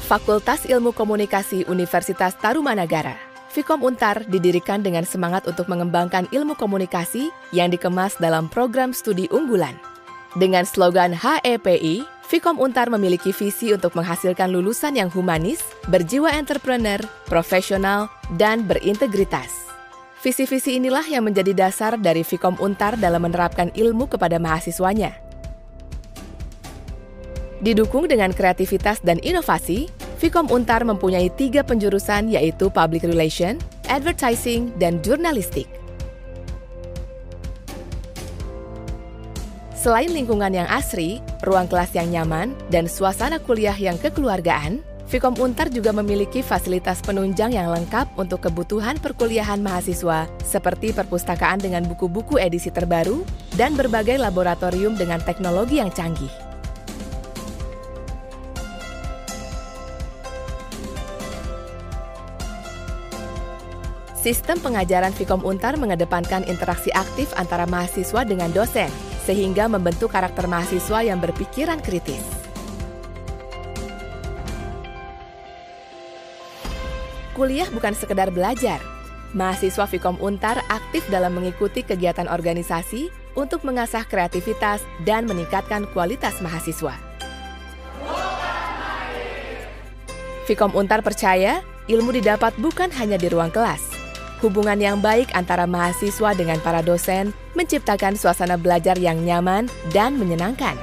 Fakultas Ilmu Komunikasi Universitas Tarumanagara, Fikom Untar didirikan dengan semangat untuk mengembangkan ilmu komunikasi yang dikemas dalam program studi unggulan. Dengan slogan HEPI, Fikom Untar memiliki visi untuk menghasilkan lulusan yang humanis, berjiwa entrepreneur, profesional, dan berintegritas. Visi-visi inilah yang menjadi dasar dari Fikom Untar dalam menerapkan ilmu kepada mahasiswanya. Didukung dengan kreativitas dan inovasi, Fikom Untar mempunyai 3 penjurusan yaitu Public Relation, Advertising, dan Jurnalistik. Selain lingkungan yang asri, ruang kelas yang nyaman, dan suasana kuliah yang kekeluargaan, Fikom Untar juga memiliki fasilitas penunjang yang lengkap untuk kebutuhan perkuliahan mahasiswa seperti perpustakaan dengan buku-buku edisi terbaru dan berbagai laboratorium dengan teknologi yang canggih. Sistem pengajaran Fikom Untar mengedepankan interaksi aktif antara mahasiswa dengan dosen, sehingga membentuk karakter mahasiswa yang berpikiran kritis. Kuliah bukan sekedar belajar. Mahasiswa Fikom Untar aktif dalam mengikuti kegiatan organisasi untuk mengasah kreativitas dan meningkatkan kualitas mahasiswa. Fikom Untar percaya ilmu didapat bukan hanya di ruang kelas. Hubungan yang baik antara mahasiswa dengan para dosen menciptakan suasana belajar yang nyaman dan menyenangkan.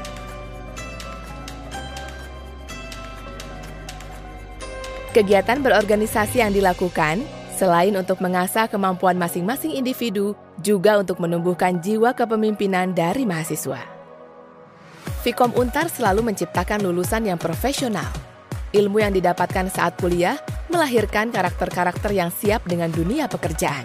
Kegiatan berorganisasi yang dilakukan selain untuk mengasah kemampuan masing-masing individu, juga untuk menumbuhkan jiwa kepemimpinan dari mahasiswa. Fikom Untar selalu menciptakan lulusan yang profesional. Ilmu yang didapatkan saat kuliah melahirkan karakter-karakter yang siap dengan dunia pekerjaan.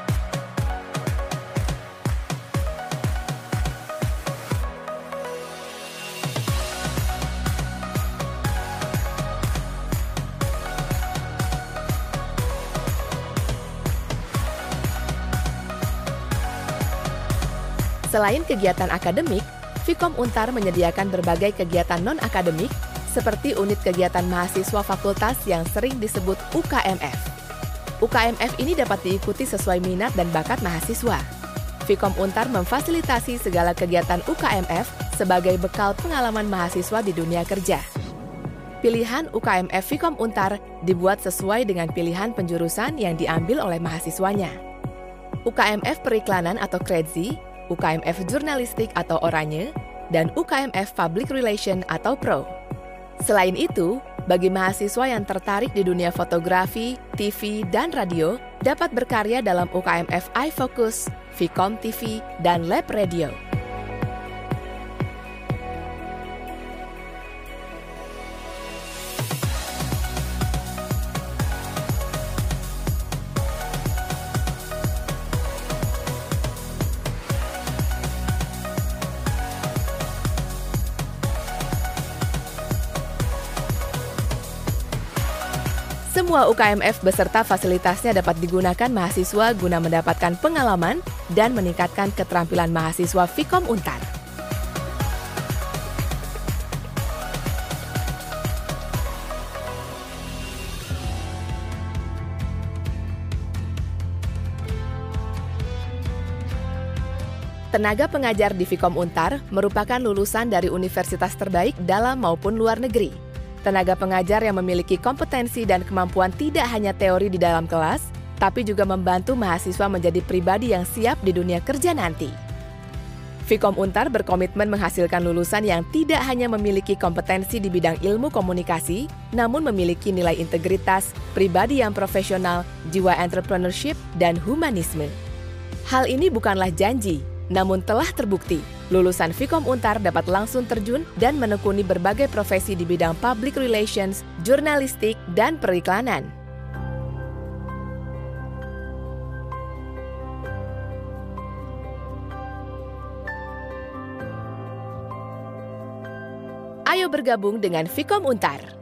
Selain kegiatan akademik, Fikom Untar menyediakan berbagai kegiatan non-akademik seperti unit kegiatan mahasiswa fakultas yang sering disebut UKMF. UKMF ini dapat diikuti sesuai minat dan bakat mahasiswa. Fikom Untar memfasilitasi segala kegiatan UKMF sebagai bekal pengalaman mahasiswa di dunia kerja. Pilihan UKMF Fikom Untar dibuat sesuai dengan pilihan penjurusan yang diambil oleh mahasiswanya. UKMF Periklanan atau KREDZI, UKMF Jurnalistik atau Oranye, dan UKMF Public Relation atau PRO. Selain itu, bagi mahasiswa yang tertarik di dunia fotografi, TV, dan radio, dapat berkarya dalam UKMF iFocus, Fikom TV, dan Lab Radio. Semua UKMF beserta fasilitasnya dapat digunakan mahasiswa guna mendapatkan pengalaman dan meningkatkan keterampilan mahasiswa Fikom Untar. Tenaga pengajar di Fikom Untar merupakan lulusan dari universitas terbaik dalam maupun luar negeri. Tenaga pengajar yang memiliki kompetensi dan kemampuan tidak hanya teori di dalam kelas, tapi juga membantu mahasiswa menjadi pribadi yang siap di dunia kerja nanti. Fikom Untar berkomitmen menghasilkan lulusan yang tidak hanya memiliki kompetensi di bidang ilmu komunikasi, namun memiliki nilai integritas, pribadi yang profesional, jiwa entrepreneurship, dan humanisme. Hal ini bukanlah janji, namun telah terbukti. Lulusan Fikom Untar dapat langsung terjun dan menekuni berbagai profesi di bidang public relations, jurnalistik, dan periklanan. Ayo bergabung dengan Fikom Untar.